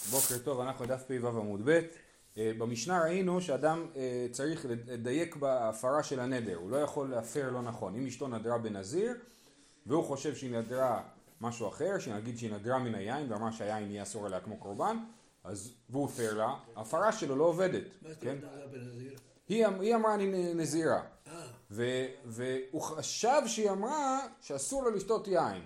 בוקר טוב, אנחנו דף פ"ו עמוד ב'. במשנה ראינו שאדם צריך לדייק בהפרה של הנדר, הוא לא יכול להפר לא נכון. אם אשתו נדרה בנזיר והוא חושב שהיא נדרה משהו אחר, שנגיד שהיא נדרה מן היין ואמר שהיין יהיה אסור עליה כמו קורבן, אז והוא הפר לה, ההפרה שלו לא עובדת. מה זאת נדרה בנזיר? היא אמרה אני נזירה, והוא חשב שהיא אמרה שאסור לו לשתות יין.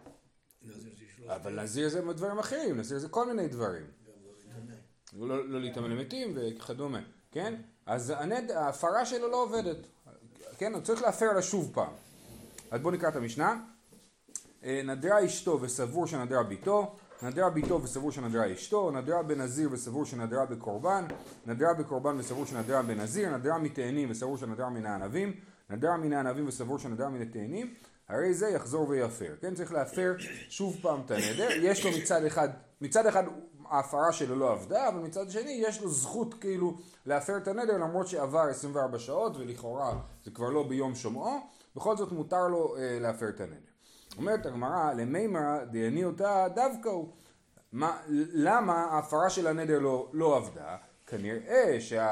אבל נזיר זה דברים אחרים, נזיר זה כל מיני דברים. לא להתאמן למתים וכדומה, כן? אז ההפרה שלו לא עובדת, כן? הוא צריך להפר לה שוב פעם. אז בואו נקרא את המשנה. נדרה אשתו וסבור שנדרה ביתו, נדרה ביתו וסבור שנדרה אשתו, נדרה בנזיר וסבור שנדרה בקורבן, נדרה בקורבן וסבור שנדרה בנזיר, נדרה מתאנים וסבור שנדרה מן הענבים, נדרה מן הענבים וסבור שנדרה מן התאנים, הרי זה יחזור ויפר, כן? צריך להפר שוב פעם את הנדר. יש לו מצד אחד ההפרה שלו לא עבדה, אבל מצד שני יש לו זכות כאילו להפר את הנדר למרות שעבר 24 שעות ולכאורה זה כבר לא ביום שומעו, בכל זאת מותר לו להפר את הנדר. אומרת הגמרא, למימרא דעני אותה דווקא הוא. למה ההפרה של הנדר לא עבדה? כנראה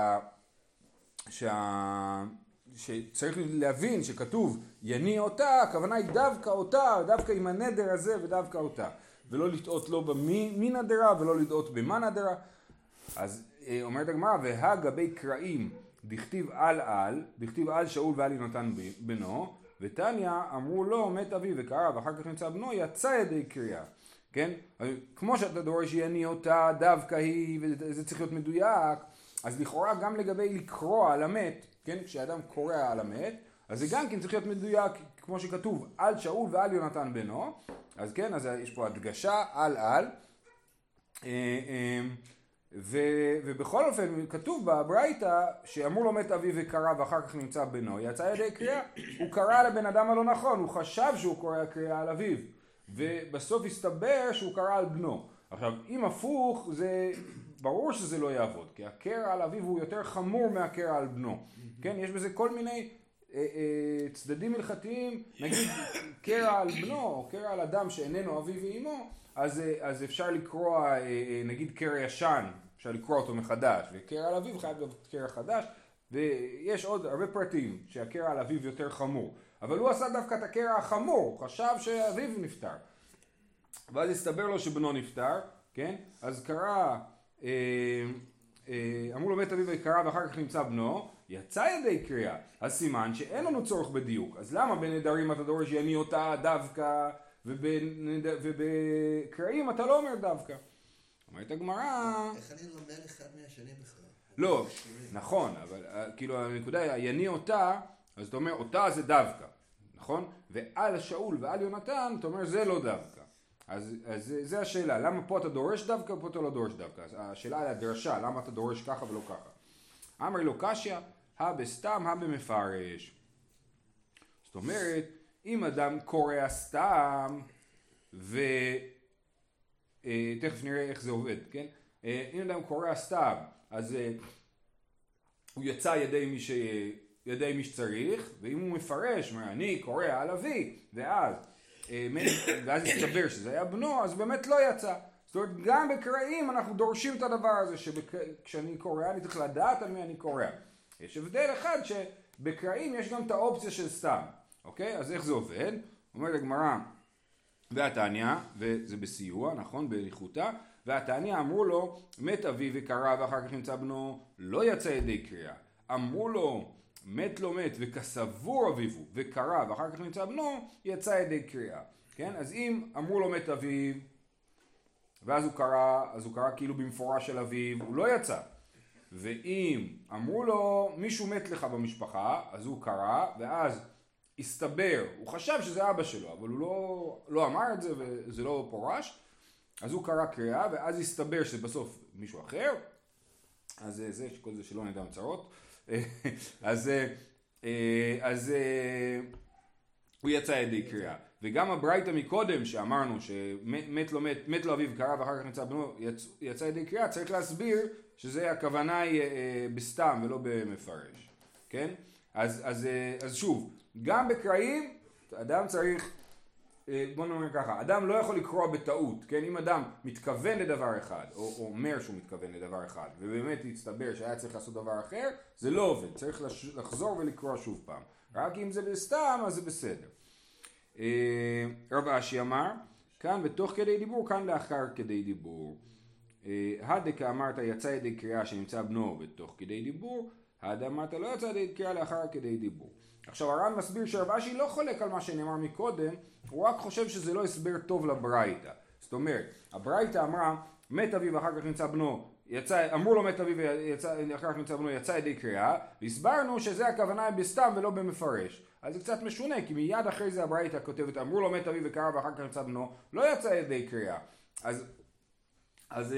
שצריך להבין שכתוב יני אותה, הכוונה היא דווקא אותה, דווקא עם הנדר הזה ודווקא אותה. ולא לטעות לא במי נדרה ולא לטעות במה נדרה. אז אומרת הגמרא, והגבי קראים דכתיב על שאול ועל יונתן בנו, ותניא אמרו לו מת אביו וקרא ואחר כך נמצא בנו יצא ידי קריאה. כן? כמו שאתה דורש יני אותה דווקא היא וזה צריך להיות מדויק, אז לכאורה גם לגבי לקרוא על המת, כן? כשאדם קורא על המת, אז זה גם כן צריך להיות מדויק כמו שכתוב על שאול ועל יונתן בנו. אז כן, אז יש פה הדגשה על ובכל אופן כתוב בברייתא שאמרו לו מת אביו וקרא ואחר כך נמצא בנו יצא ידי קריאה. הוא קרא לבן אדם הלא נכון, הוא חשב שהוא קורא קריאה על אביו ובסוף הסתבר שהוא קרא על בנו. עכשיו אם הפוך זה ברור שזה לא יעבוד, כי הקרע על אביו הוא יותר חמור מהקרע על בנו. כן, יש בזה כל מיני צדדים הלכתיים, נגיד קרע על בנו או קרע על אדם שאיננו אביו ואימו, אז אפשר לקרוא נגיד קרע ישן, אפשר לקרוא אותו מחדש, וקרע על אביו חייב להיות קרע חדש, ויש עוד הרבה פרטים שהקרע על אביו יותר חמור, אבל הוא עשה דווקא את הקרע החמור, הוא חשב שאביו נפטר, ואז הסתבר לו שבנו נפטר, כן? אז קרא, אמרו לו מת אביו וקרא ואחר כך נמצא בנו, יצא ידי קריאה, אז סימן שאין לנו צורך בדיוק. אז למה בנדרים אתה דורש יני אותה דווקא, ובקראים אתה לא אומר דווקא? אומרת הגמרא... איך אני לומד אחד מהשני בכלל? לא, נכון, אבל כאילו הנקודה היא, יני אותה, אז אתה אומר אותה זה דווקא, נכון? ועל שאול ועל יונתן, אתה אומר זה לא דווקא. אז זה השאלה, למה פה אתה דורש דווקא ופה אתה לא דורש דווקא? אז השאלה היא הדרשה, למה אתה דורש ככה ולא ככה? אמר לו קשיא, בסתם במפרש. זאת אומרת, אם אדם קורא סתם, ותכף נראה איך זה עובד, כן? אם אדם קורא סתם, אז הוא יצא ידי מי שצריך, ואם הוא מפרש, אומר, אני קורא על אבי, ואז הסתבר שזה היה בנו, אז באמת לא יצא. זאת אומרת, גם בקראים אנחנו דורשים את הדבר הזה, שכשאני קורא, אני צריך לדעת על מי אני קורא. יש הבדל אחד שבקראים יש גם את האופציה של סתם, אוקיי? אז איך זה עובד? אומרת הגמרא, והתניא, וזה בסיוע, נכון? בליחותה, והתניא אמרו לו, מת אביו וקרא ואחר כך נמצא בנו, לא יצא ידי קריאה. אמרו לו, מת לא מת וכסבור אביו וקרא ואחר כך נמצא בנו, יצא ידי קריאה. כן? אז אם אמרו לו מת אביו, ואז הוא קרא כאילו במפורש של אביו, הוא לא יצא. ואם אמרו לו מישהו מת לך במשפחה, אז הוא קרא, ואז הסתבר, הוא חשב שזה אבא שלו, אבל הוא לא אמר את זה וזה לא פורש, אז הוא קרא קריאה, ואז הסתבר שבסוף מישהו אחר, אז זה כל זה שלא נדע מצרות, אז הוא יצא ידי קריאה. וגם הברייתא מקודם שאמרנו שמת לא אביו קרא ואחר כך נמצא בנו יצא ידי קריאה, צריך להסביר שזה הכוונה היא בסתם ולא במפרש, כן? אז שוב, גם בקראים אדם צריך בוא נאמר ככה, אדם לא יכול לקרוא בטעות, כן? אם אדם מתכוון לדבר אחד, או אומר שהוא מתכוון לדבר אחד, ובאמת יצטבר שהיה צריך לעשות דבר אחר, זה לא עובד, צריך לחזור ולקרוא שוב פעם. רק אם זה בסתם, אז זה בסדר. רב אשי אמר, כאן בתוך כדי דיבור, כאן לאחר כדי דיבור. הדקה אמרת יצא ידי קריאה שנמצא בנו בתוך כדי דיבור, הדקה אמרת לא יצא ידי קריאה לאחר כדי דיבור. עכשיו הר"ן מסביר שרב אשי לא חולק על מה שנאמר מקודם, הוא רק חושב שזה לא הסבר טוב לברייתא. זאת אומרת, הברייתא אמרה, מת אביו ואחר כך נמצא בנו, אמרו לו מת אביו ואחר כך נמצא בנו, יצא ידי קריאה, והסברנו שזה הכוונה בסתם ולא במפרש. אז זה קצת משונה, כי מיד אחרי זה הברייתא כותבת, אמרו לו מת אביו וקרא ואחר כך נמצא בנו, לא יצא ידי קריאה. אז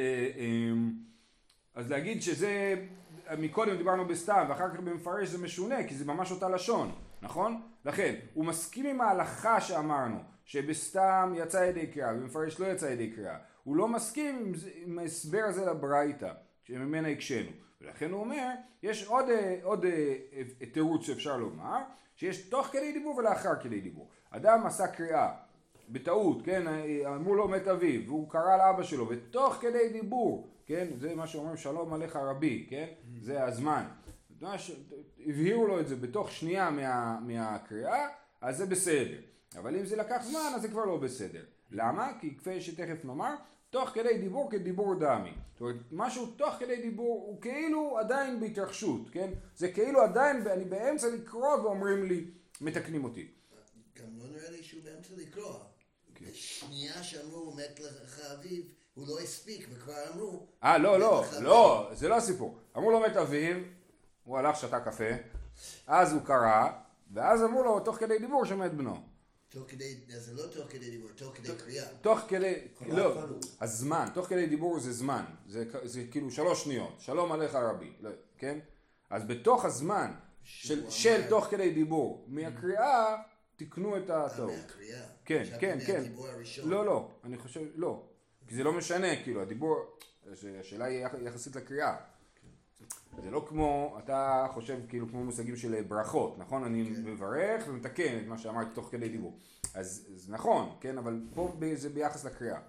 להגיד שזה, מקודם דיברנו בסתם ואחר כך במפרש זה משונה, כי זה ממש אותה לשון, נכון? לכן, הוא מסכים עם ההלכה שאמרנו, שבסתם יצא ידי קריאה, ובמפרש לא יצא ידי קריאה. הוא לא מסכים עם ההסבר הזה לברייתא, שממנה הקשנו. ולכן הוא אומר, יש עוד תירוץ שאפשר לומר, שיש תוך כדי דיבור ולאחר כדי דיבור. אדם עשה קריאה בטעות, כן, אמרו לו מת אביו, והוא קרא לאבא שלו, ותוך כדי דיבור, כן, זה מה שאומרים שלום עליך רבי, כן, זה הזמן. הבהירו לו את זה בתוך שנייה מהקריאה, אז זה בסדר. אבל אם זה לקח זמן, אז זה כבר לא בסדר. למה? כי כפי שתכף נאמר, תוך כדי דיבור כדיבור דמי. זאת אומרת, משהו תוך כדי דיבור הוא כאילו עדיין בהתרחשות, כן? זה כאילו עדיין, אני באמצע לקרוא ואומרים לי, מתקנים אותי. גם לא נראה לי שהוא באמצע לקרוא. בשנייה שאמרו מת לך אביו, הוא לא הספיק וכבר אמרו. לא, זה לא הסיפור. אמרו לו מת אביו, הוא הלך שתה קפה, אז הוא קרא, ואז אמרו לו תוך כדי דיבור שמת בנו. תוך כדי, זה לא תוך כדי דיבור, תוך כדי קריאה. תוך כדי, לא, הזמן, תוך כדי דיבור זה זמן, זה כאילו 3 שניות, שלום עליך רבי, כן? אז בתוך הזמן של תוך כדי דיבור, מהקריאה תקנו את הטעות. מהקריאה? כן. מהדיבור הראשון? לא, אני חושב, לא, כי זה לא משנה, כאילו, הדיבור, השאלה היא יחסית לקריאה. זה לא כמו, אתה חושב כאילו כמו מושגים של ברכות, נכון? אני מברך ומתקן את מה שאמרתי תוך כדי דיבור. אז נכון, כן? אבל פה זה ביחס לקריאה.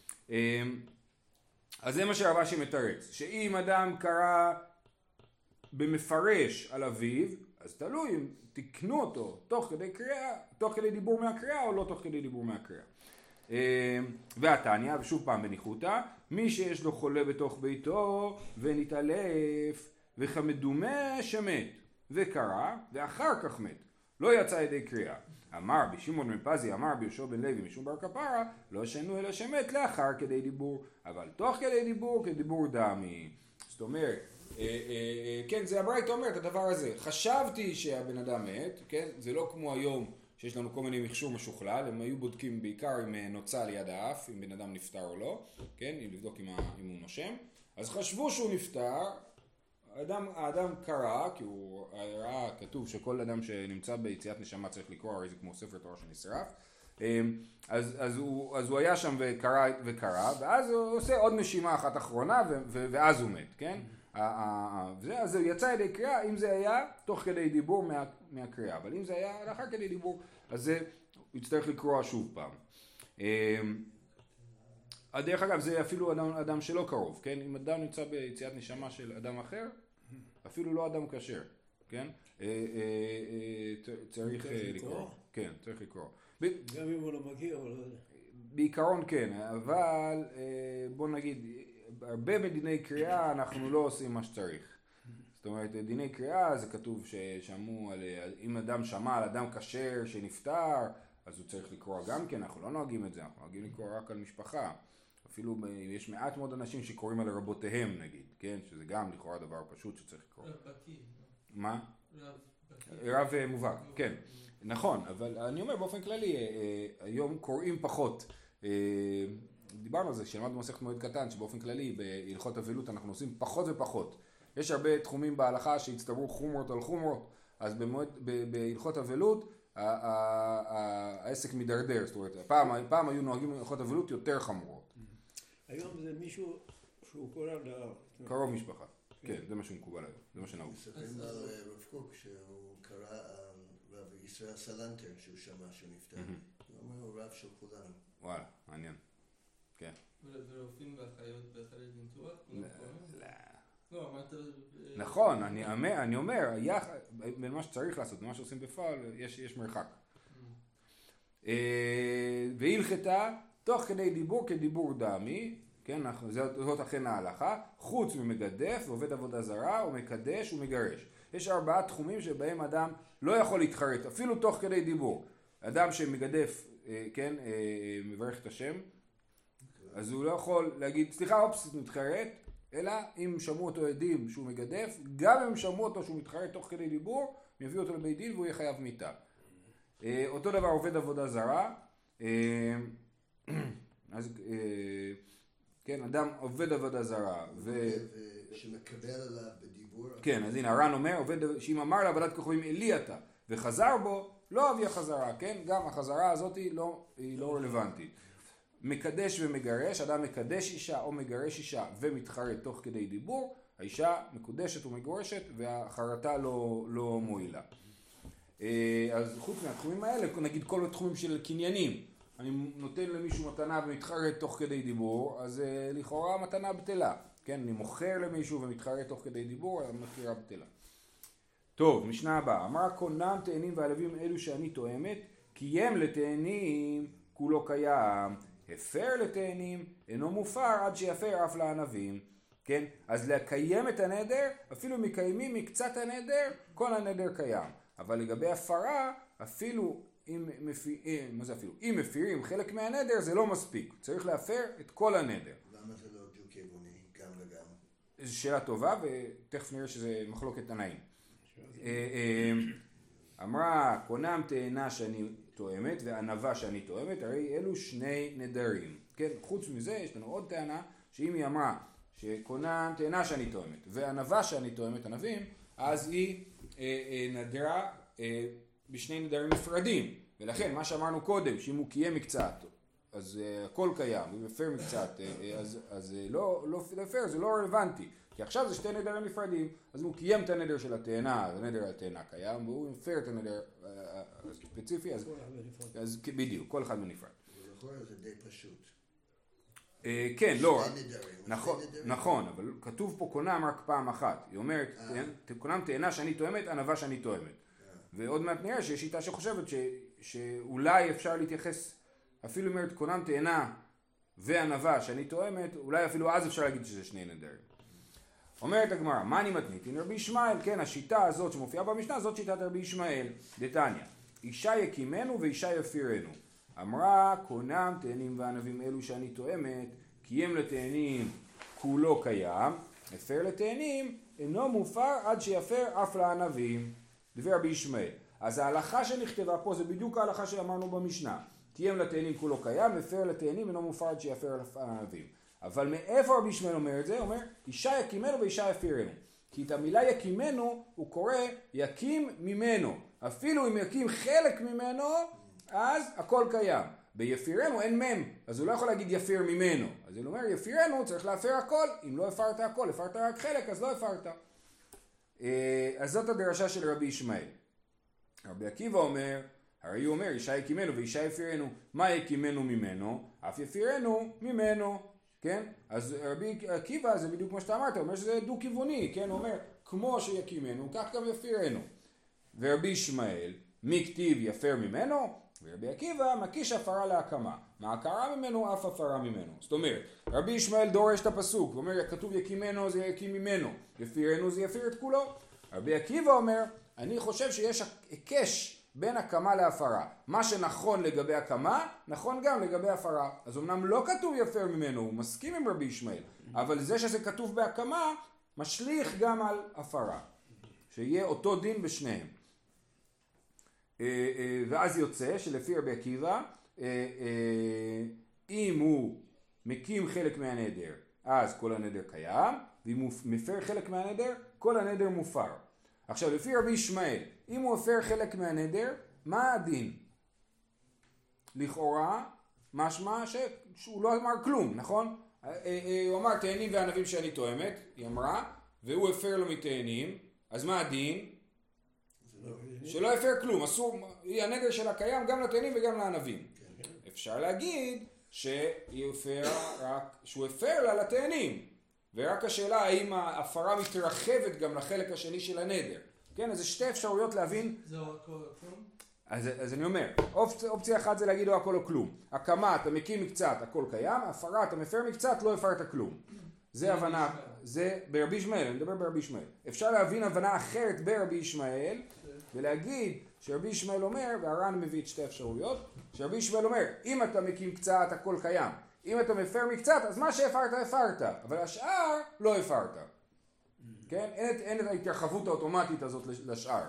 אז זה מה שרב אשי מתרץ, שאם אדם קרא במפרש על אביו, אז תלוי אם תקנו אותו תוך כדי קריאה, תוך כדי דיבור מהקריאה או לא תוך כדי דיבור מהקריאה. והתניא, ושוב פעם בניחותא, מי שיש לו חולה בתוך ביתו ונתעלף וכמדומה שמת וקרא ואחר כך מת, לא יצא ידי קריאה. אמר בשמעון בן פזי, אמר ביהושע בן לוי משום בר כפרה, לא שנו אלא שמת לאחר כדי דיבור, אבל תוך כדי דיבור כדיבור דמי. זאת אומרת, כן, זה הברייתא אומרת הדבר הזה, חשבתי שהבן אדם מת, כן, זה לא כמו היום שיש לנו כל מיני מכשור משוכלל, הם היו בודקים בעיקר אם נוצה ליד האף, אם בן אדם נפטר או לא, כן, אם לבדוק אם הוא נושם, אז חשבו שהוא נפטר, האדם קרא, כי הוא ראה כתוב שכל אדם שנמצא ביציאת נשמה צריך לקרוא, הרי זה כמו ספר תורה שנשרף, אז הוא היה שם וקרא, ואז הוא עושה עוד נשימה אחת אחרונה, ואז הוא מת, כן? אז זה יצא ידי קריאה, אם זה היה תוך כדי דיבור מהקריאה, אבל אם זה היה לאחר כדי דיבור, אז זה יצטרך לקרוא שוב פעם. דרך אגב, זה אפילו אדם שלא קרוב, כן? אם אדם נמצא ביציאת נשמה של אדם אחר, אפילו לא אדם כשר, כן? צריך לקרוא. כן, צריך לקרוא. גם אם הוא לא מגיע, או לא... בעיקרון כן, אבל בוא נגיד, הרבה מדיני קריאה אנחנו לא עושים מה שצריך. זאת אומרת, דיני קריאה זה כתוב ששמעו על, אם אדם שמע על אדם כשר שנפטר, אז הוא צריך לקרוא גם כן, אנחנו לא נוהגים את זה, אנחנו נוהגים לקרוא רק על משפחה. אפילו יש מעט מאוד אנשים שקוראים על רבותיהם נגיד, כן? שזה גם לכאורה דבר פשוט שצריך לקרוא. מה? רב מובהק, כן. נכון, אבל אני אומר באופן כללי, היום קוראים פחות. דיברנו על זה, כשלמדנו במסכת מועד קטן, שבאופן כללי בהלכות אבלות אנחנו עושים פחות ופחות. יש הרבה תחומים בהלכה שהצטברו חומרות על חומרות, אז בהלכות אבלות העסק מדרדר, זאת אומרת, פעם היו נוהגים בהלכות אבלות יותר חמורות. היום זה מישהו שהוא קורא קרוב משפחה, כן, זה מה שמקובל היום, זה מה שנהוג. מספרים על רב קוק שהוא קרא על רב ישראל סלנטר, שהוא שמע שהוא נפטר. הוא אומר, הוא רב של כולנו. וואלה, מעניין. כן. ורופאים ואחיות בחלק ניתוח? לא, אמרת... נכון, אני אומר, בין מה שצריך לעשות, מה שעושים בפועל, יש מרחק. והלכתה, תוך כדי דיבור כדיבור דמי, כן, זאת אכן ההלכה, חוץ ממגדף ועובד עבודה זרה, ומקדש ומגרש. יש 4 תחומים שבהם אדם לא יכול להתחרט, אפילו תוך כדי דיבור. אדם שמגדף, כן, מברך את השם, אז הוא לא יכול להגיד, סליחה, אופס, מתחרט, אלא אם שמעו אותו עדים שהוא מגדף, גם אם שמעו אותו שהוא מתחרט תוך כדי דיבור, יביאו אותו לבית דין והוא יהיה חייב מיתה. אותו דבר עובד עבודה זרה, אז כן, אדם עובד עבודה זרה שמקבל עליו בדיבור. כן, אז הנה הר"ן אומר, שאם אמר לעבודת כוכבים אלי אתה וחזר בו, לא אביא החזרה, כן? גם החזרה הזאת היא לא רלוונטית. מקדש ומגרש, אדם מקדש אישה או מגרש אישה ומתחרט תוך כדי דיבור, האישה מקודשת ומגורשת והחרטה לא מועילה. אז חוץ מהתחומים האלה, נגיד כל התחומים של קניינים, אני נותן למישהו מתנה ומתחרט תוך כדי דיבור, אז לכאורה מתנה בטלה. כן, אני מוכר למישהו ומתחרט תוך כדי דיבור, המכירה בטלה. טוב, משנה הבאה. אמרה קונם תאנים ועלבים אלו שאני תואמת, קיים לתאנים כולו קיים, הפר לתאנים אינו מופר עד שיפר אף לענבים. כן, אז לקיים את הנדר, אפילו מקיימים מקצת הנדר, כל הנדר קיים. אבל לגבי הפרה, אפילו אם מפירים חלק מהנדר זה לא מספיק, צריך להפר את כל הנדר. למה זה לא דו-כיווני, גם וגם? זו שאלה טובה ותכף נראה שזה מחלוקת תנאים. אמרה קונם תאנה שאני תואמת וענבה שאני תואמת, הרי אלו 2 נדרים. כן, חוץ מזה יש לנו עוד טענה שאם היא אמרה שקונם תאנה שאני תואמת וענבה שאני תואמת ענבים, אז היא נדרה ב2 נדרים נפרדים, ולכן מה שאמרנו קודם, שאם הוא קיים מקצת, אז הכל קיים, אם הפר מקצת, אז לא הפר, זה לא רלוונטי, כי עכשיו זה 2 נדרים נפרדים, אז הוא קיים את הנדר של התאנה, אז הנדר על התאנה קיים, והוא הפר את הנדר הספציפי, אז בדיוק, כל אחד מנפרד. ולכאורה זה די פשוט. כן, לא, נכון, אבל כתוב פה קונם רק פעם אחת, היא אומרת, קונם תאנה שאני תואמת, ענבה שאני תואמת. ועוד מעט נראה שיש שיטה שחושבת שאולי אפשר להתייחס, אפילו אומרת קונם תאנה וענבה שאני תואמת, אולי אפילו אז אפשר להגיד שזה 2 נדרים. אומרת הגמרא, מה אני מתנית? עם רבי ישמעאל, כן, השיטה הזאת שמופיעה במשנה, זאת שיטת רבי ישמעאל, דתניא. אישה יקימנו ואישה יפירנו. אמרה, קונם תאנים וענבים אלו שאני תואמת, קיים לתאנים כולו קיים, הפר לתאנים אינו מופר עד שיפר אף לענבים. דבר רבי ישמעאל. אז ההלכה שנכתבה פה זה בדיוק ההלכה שאמרנו במשנה. קיים לתאנים כולו קיים, הפר לתאנים אינו מופר עד שיפר אף לענבים. אבל מאיפה רבי ישמעאל אומר את זה? הוא אומר, אישה יקימנו ואישה יפירנו. כי את המילה יקימנו הוא קורא יקים ממנו. אפילו אם יקים חלק ממנו, אז הכל קיים. ביפירנו אין מם, אז הוא לא יכול להגיד יפיר ממנו. אז הוא אומר, יפירנו צריך להפר הכל. אם לא הפרת הכל, הפרת רק חלק, אז לא הפרת. אז זאת הדרשה של רבי ישמעאל. רבי עקיבא אומר, הרי הוא אומר, אישה יקימנו ואישה יפירנו. מה יקימנו ממנו? אף יפירנו ממנו. כן? אז רבי עקיבא זה בדיוק כמו שאתה אמרת, הוא אומר שזה דו-כיווני, כן? הוא אומר, כמו שיקימנו, כך גם יפירנו. ורבי ישמעאל, מי כתיב יפר ממנו? ורבי עקיבא מקיש הפרה להקמה. מה הכרה ממנו? אף הפרה ממנו. זאת אומרת, רבי ישמעאל דורש את הפסוק, הוא אומר, כתוב יקימנו זה יקים ממנו, יפירנו זה יפיר את כולו. רבי עקיבא אומר, אני חושב שיש היקש בין הקמה להפרה. מה שנכון לגבי הקמה, נכון גם לגבי הפרה. אז אמנם לא כתוב יפר ממנו, הוא מסכים עם רבי ישמעאל, אבל זה שזה כתוב בהקמה, משליך גם על הפרה. שיהיה אותו דין בשניהם. ואז יוצא שלפי רבי עקיבא, אם הוא מקים חלק מהנדר, אז כל הנדר קיים, ואם הוא מפר חלק מהנדר, כל הנדר מופר. עכשיו, לפי רבי ישמעאל, אם הוא הפר חלק מהנדר, מה הדין? לכאורה, משמע שהוא לא אמר כלום, נכון? הוא אמר תאנים וענבים שאני תואמת, היא אמרה, והוא הפר לו מתאנים, אז מה הדין? שלא הפר כלום, אסור, היא הנדר של הקיים גם לתאנים וגם לענבים. אפשר להגיד שהוא הפר לה לתאנים, ורק השאלה האם ההפרה מתרחבת גם לחלק השני של הנדר. כן, אז זה שתי אפשרויות להבין. זהו הכל או כלום? אז אני אומר, אופציה אחת זה להגיד או הכל או כלום. הקמה, אתה מקים מקצת, הכל קיים, הפרה, אתה מפר מקצת, לא הפרת כלום. זה הבנה, זה ברבי ישמעאל, אני מדבר ברבי ישמעאל. אפשר להבין הבנה אחרת ברבי ישמעאל, ולהגיד שרבי ישמעאל אומר, והר"ן מביא את שתי אפשרויות, שרבי ישמעאל אומר, אם אתה מקים קצת, הכל קיים. אם אתה מפר מקצת, אז מה שהפרת, הפרת. אבל השאר, לא הפרת. כן? אין את ההתרחבות האוטומטית הזאת לשאר.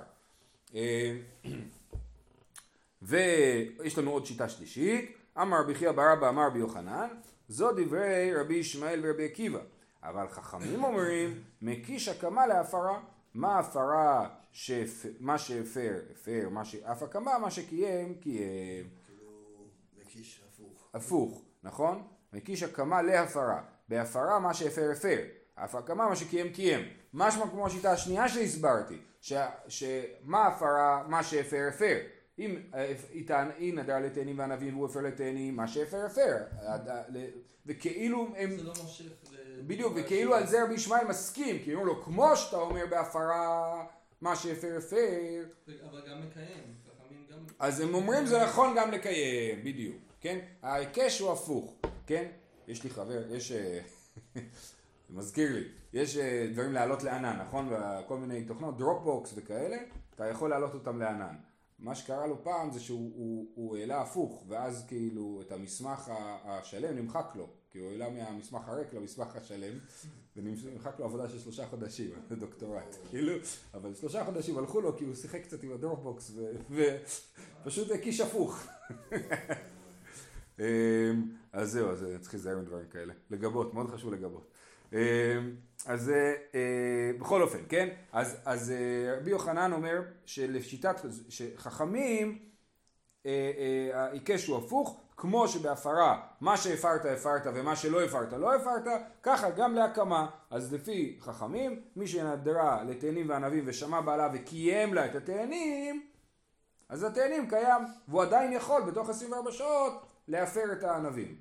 ויש לנו עוד שיטה שלישית, אמר רבי חייא בר אבא אמר רבי יוחנן, זו דברי רבי ישמעאל ורבי עקיבא. אבל חכמים אומרים, מקיש הקמה להפרה. מה הפרה, מה שהפר, הפר, אף הקמה, מה שקיים, קיים. כאילו, מקיש הפוך. הפוך, נכון? מקיש הקמה להפרה. בהפרה מה שהפר, הפר. אף הקמה, מה שקיים, קיים. משמע כמו השיטה השנייה שהסברתי, שמה הפרה, מה שהפר, הפר. אם היא נדר לתאנים וענבים והוא הפר לתאנים, מה שהפר, הפר. וכאילו הם... זה לא מושך בדיוק, וכאילו על זה רבי ישמעאל מסכים, כי אומרים לו, כמו שאתה אומר בהפרה, מה שהפר, הפר. אבל גם מקיים, חכמים גם... אז הם אומרים זה נכון גם לקיים, בדיוק, כן? ההיקש הוא הפוך, כן? יש לי חבר, זה מזכיר לי, יש דברים לעלות לענן, נכון? וכל מיני תוכנות, דרופבוקס וכאלה, אתה יכול לעלות אותם לענן. מה שקרה לו פעם זה שהוא העלה הפוך, ואז כאילו את המסמך השלם נמחק לו, כי הוא העלה מהמסמך הריק למסמך השלם, ונמחק לו עבודה של 3 חודשים, דוקטורט, כאילו, אבל 3 חודשים הלכו לו כי הוא שיחק קצת עם הדרופבוקס, ופשוט הקיש הפוך. אז זהו, אז צריך להיזהר עם דברים כאלה, לגבות, מאוד חשוב לגבות. אז בכל אופן, כן? אז רבי יוחנן אומר שלשיטת שחכמים העיקש הוא הפוך, כמו שבהפרה מה שהפרת הפרת ומה שלא הפרת לא הפרת, ככה גם להקמה. אז לפי חכמים, מי שנדרה לתאנים וענבים ושמע בעלה וקיים לה את התאנים, אז התאנים קיים, והוא עדיין יכול בתוך 24 שעות להפר את הענבים.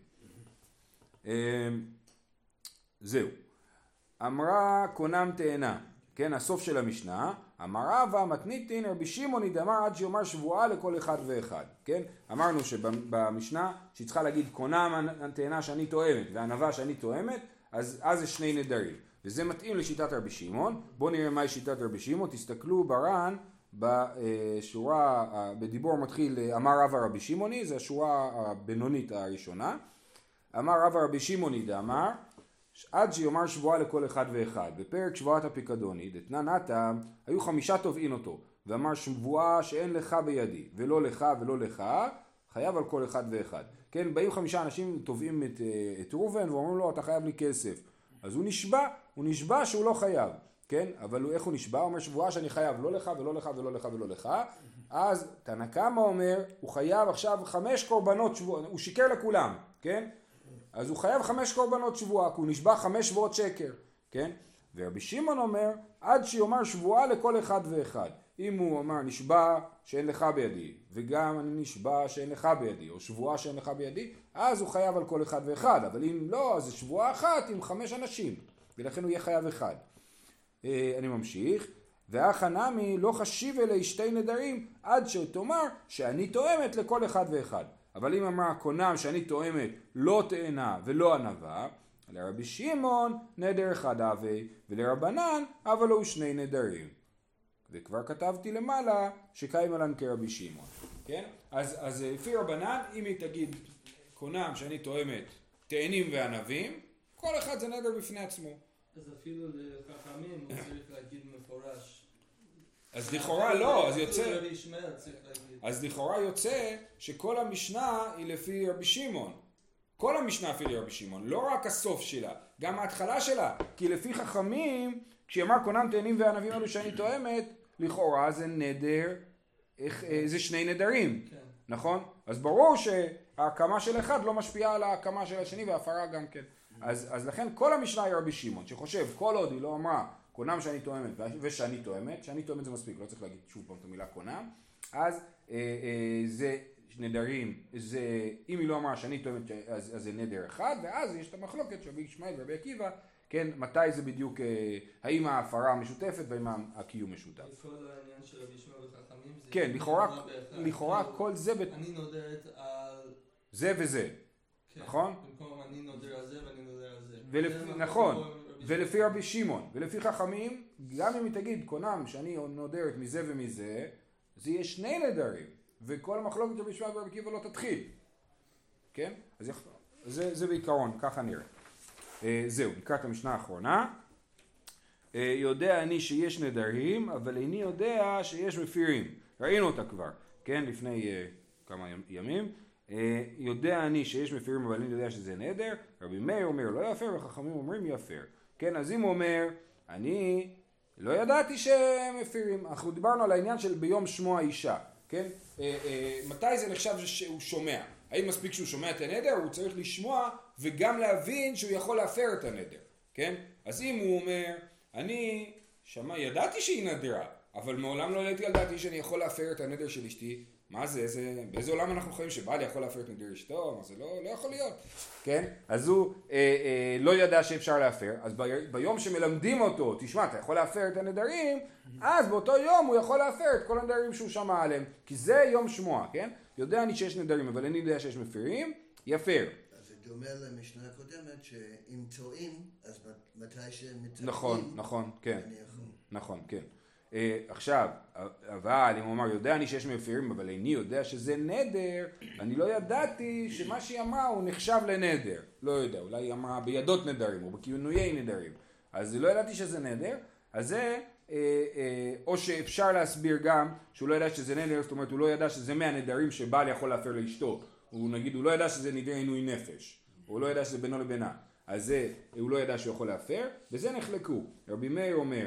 זהו. אמרה קונם תאנה, כן, הסוף של המשנה, אמר רבא מתניתין רבי שמעון דאמר עד שיאמר שבועה לכל אחד ואחד, כן? אמרנו שבמשנה שצריכה להגיד קונם תאנה שאני תואמת וענבה שאני תואמת, אז זה 2 נדרים, וזה מתאים לשיטת רבי שמעון. בואו נראה מהי שיטת רבי שמעון, תסתכלו בר"ן בשורה, בדיבור מתחיל אמר רבא רבי שמעוני, זה השורה הבינונית הראשונה. אמר רבא רבי שמעוני דאמר עד שיאמר שבועה לכל אחד ואחד. בפרק שבועת הפיקדוני דתנן הטעם היו 5 תובעים אותו, ואמר שבועה שאין לך בידי ולא לך ולא לך, חייב על כל אחד ואחד. כן, באים 5 אנשים תובעים את ראובן ואומרים לו אתה חייב לי כסף, אז הוא נשבע שהוא לא חייב, כן? אבל איך הוא נשבע? הוא אומר שבועה שאני חייב לא לך ולא לך ולא לך ולא לך. אז תנא קמא אומר הוא חייב עכשיו 5 קורבנות שבועה, הוא שיקר לכולם, כן? אז הוא חייב 5 קורבנות שבועה, כי הוא נשבע 5 שבועות שקר, כן? ורבי שמעון אומר, עד שיאמר שבועה לכל אחד ואחד. אם הוא אמר נשבע שאין לך בידי, וגם אני נשבע שאין לך בידי, או שבועה שאין לך בידי, אז הוא חייב על כל אחד ואחד. אבל אם לא, אז זה שבועה אחת עם 5 אנשים, ולכן הוא יהיה חייב אחד. אני ממשיך. ואחא נמי לא חשיב אלי 2 נדרים, עד שתאמר שאני תואמת לכל אחד ואחד. אבל אם אמרה קונם שאני תואמת לא תאנה ולא ענבה, לרבי שמעון נדר אחד הווה, ולרבנן אבל הוא 2 נדרים. וכבר כתבתי למעלה שקיים עלן כרבי שמעון. כן? אז לפי רבנן, אם היא תגיד קונם שאני תואמת תאנים וענבים, כל אחד זה נדר בפני עצמו. אז אפילו לחכמים הוא צריך להגיד מפורש. אז לכאורה לא, אז לכאורה יוצא שכל המשנה היא לפי רבי שמעון. כל המשנה לפי רבי שמעון, לא רק הסוף שלה, גם ההתחלה שלה. כי לפי חכמים, כשאמר קונם תאנים וענבים אלו שאני תואמת, לכאורה זה נדר, זה 2 נדרים, כן. נכון? אז ברור שההקמה של אחד לא משפיעה על ההקמה של השני וההפרה גם כן. אז לכן כל המשנה היא רבי שמעון, שחושב כל עוד היא לא אמרה קונם שאני תואמת ושאני תואמת, שאני תואמת זה מספיק, לא צריך להגיד שוב פעם את המילה קונם, אז זה נדרים, אם היא לא אמרה שאני תואמת אז זה נדר אחד, ואז יש את המחלוקת של רבי ישמעאל ורבי עקיבא, כן, מתי זה בדיוק, האם ההפרה משותפת והאם הקיום משותף. כל העניין של רבי ישמעאל וחכמים זה... כן, לכאורה כל זה... אני נודרת על... זה וזה, נכון? במקום אני נודר על זה ואני נודר על זה. נכון, ולפי רבי שמעון, ולפי חכמים, גם אם היא תגיד קונם שאני נודרת מזה ומזה, זה יהיה שני נדרים, וכל המחלוקת רבי ישמעאל ורבי עקיבא לא תתחיל. כן? אז זה בעיקרון, ככה נראה. זהו, נקרא את המשנה האחרונה. יודע אני שיש נדרים, אבל איני יודע שיש מפירים. ראינו אותה כבר, כן? לפני כמה ימים. יודע אני שיש מפירים, אבל איני יודע שזה נדר. רבי מאיר אומר לא יפר, וחכמים אומרים יפר. כן, אז אם הוא אומר, אני לא ידעתי שהם מפירים. אנחנו דיברנו על העניין של ביום שמוע האישה, כן? מתי זה נחשב שהוא שומע? האם מספיק שהוא שומע את הנדר? הוא צריך לשמוע וגם להבין שהוא יכול להפר את הנדר, כן? אז אם הוא אומר, אני ידעתי שהיא נדרה, אבל מעולם לא העליתי על דעתי שאני יכול להפר את הנדר של אשתי, מה זה? באיזה עולם אנחנו חיים שבעלי יכול להפר את נדר אשתו? מה זה לא יכול להיות, כן? אז הוא לא ידע שאפשר להפר, אז ביום שמלמדים אותו, תשמע, אתה יכול להפר את הנדרים, אז באותו יום הוא יכול להפר את כל הנדרים שהוא שמע עליהם, כי זה יום שמוע, כן? יודע אני שיש נדרים, אבל אני יודע שיש מפירים, יפר. אז זה דומה למשנה הקודמת, שאם טועים, אז מתי שהם מתקנים, נכון, כן. נכון, כן. עכשיו, אבל אם הוא אמר, יודע אני שיש מפירים, אבל איני יודע שזה נדר, אני לא ידעתי שמה שהיא אמרה הוא נחשב לנדר. לא יודע, אולי היא אמרה בידות נדרים, או בכינויי נדרים. אז לא ידעתי שזה נדר, אז זה, או שאפשר להסביר גם שהוא לא ידע שזה נדר, זאת אומרת, הוא לא ידע שזה מהנדרים שבעל יכול להפר לאשתו. הוא נגיד, הוא לא ידע שזה נדר עינוי נפש, הוא לא ידע שזה בינו לבינה. אז זה, הוא לא ידע שהוא יכול להפר, וזה נחלקו. רבי מאיר אומר,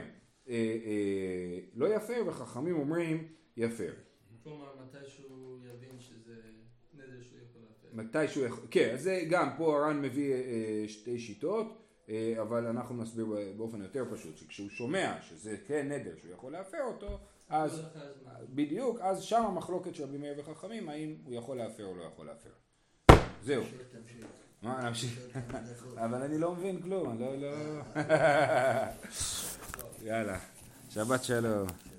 לא יפר, וחכמים אומרים יפר. כלומר, מתי שהוא יבין שזה נדר שהוא יכול להפר. מתי שהוא יכול, כן, אז זה גם, פה הר"ן מביא שתי שיטות, אבל אנחנו נסביר באופן יותר פשוט, שכשהוא שומע שזה כן נדר שהוא יכול להפר אותו, אז בדיוק, אז שם המחלוקת של רבי מאיר וחכמים, האם הוא יכול להפר או לא יכול להפר. זהו. מה, נמשיך? אבל אני לא מבין כלום, לא. יאללה, שבת שלום.